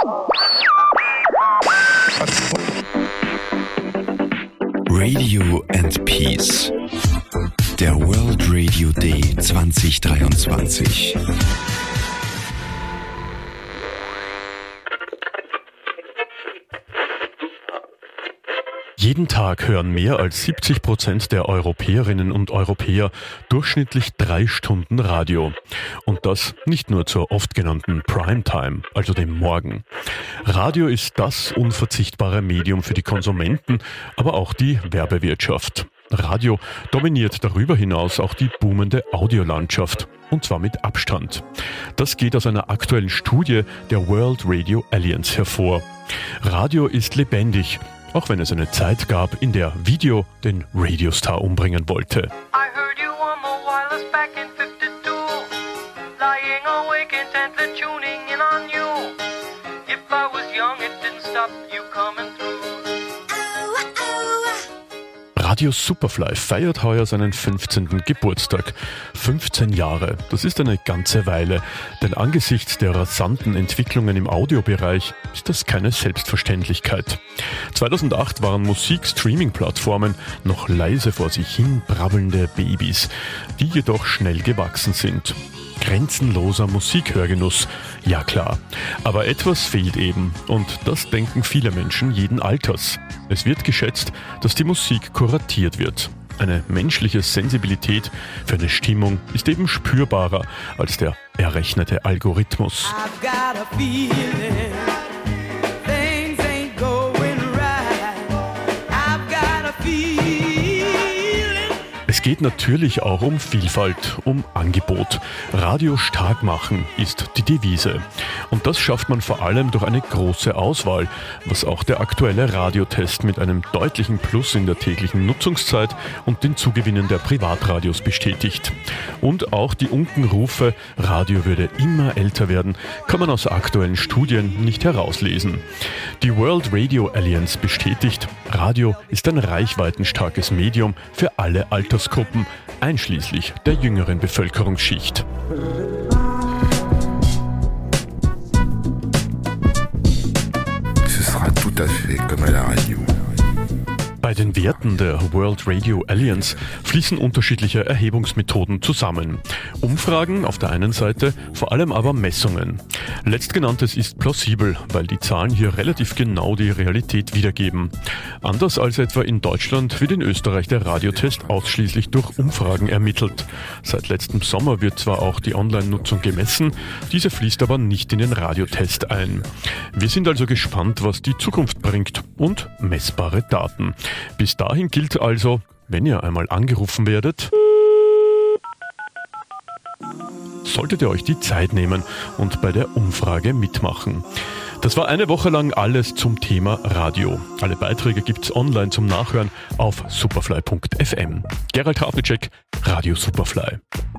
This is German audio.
Radio and Peace. Der World Radio Day 2023. Jeden Tag hören mehr als 70% der Europäerinnen und Europäer durchschnittlich 3 Stunden Radio. Und das nicht nur zur oft genannten Primetime, also dem Morgen. Radio ist das unverzichtbare Medium für die Konsumenten, aber auch die Werbewirtschaft. Radio dominiert darüber hinaus auch die boomende Audiolandschaft, und zwar mit Abstand. Das geht aus einer aktuellen Studie der World Radio Alliance hervor. Radio ist lebendig, auch wenn es eine Zeit gab, in der Video den Radiostar umbringen wollte. Radio Superfly feiert heuer seinen 15. Geburtstag. 15 Jahre, das ist eine ganze Weile, denn angesichts der rasanten Entwicklungen im Audiobereich ist das keine Selbstverständlichkeit. 2008 waren Musik-Streaming-Plattformen noch leise vor sich hin brabbelnde Babys, die jedoch schnell gewachsen sind. Grenzenloser Musikhörgenuss, ja klar. Aber etwas fehlt eben, und das denken viele Menschen jeden Alters. Es wird geschätzt, dass die Musik kuratiert wird. Eine menschliche Sensibilität für eine Stimmung ist eben spürbarer als der errechnete Algorithmus. Es geht natürlich auch um Vielfalt, um Angebot. Radio stark machen ist die Devise. Und das schafft man vor allem durch eine große Auswahl, was auch der aktuelle Radiotest mit einem deutlichen Plus in der täglichen Nutzungszeit und den Zugewinnen der Privatradios bestätigt. Und auch die Unkenrufe, Radio würde immer älter werden, kann man aus aktuellen Studien nicht herauslesen. Die World Radio Alliance bestätigt, Radio ist ein reichweitenstarkes Medium für alle Altersgruppen, einschließlich der jüngeren Bevölkerungsschicht. Ce sera tout à fait comme à la radio. Bei den Werten der World Radio Alliance fließen unterschiedliche Erhebungsmethoden zusammen. Umfragen auf der einen Seite, vor allem aber Messungen. Letztgenanntes ist plausibel, weil die Zahlen hier relativ genau die Realität wiedergeben. Anders als etwa in Deutschland wird in Österreich der Radiotest ausschließlich durch Umfragen ermittelt. Seit letztem Sommer wird zwar auch die Online-Nutzung gemessen, diese fließt aber nicht in den Radiotest ein. Wir sind also gespannt, was die Zukunft bringt, und messbare Daten. Bis dahin gilt also, wenn ihr einmal angerufen werdet, solltet ihr euch die Zeit nehmen und bei der Umfrage mitmachen. Das war eine Woche lang alles zum Thema Radio. Alle Beiträge gibt's online zum Nachhören auf superfly.fm. Gerald Havlicek, Radio Superfly.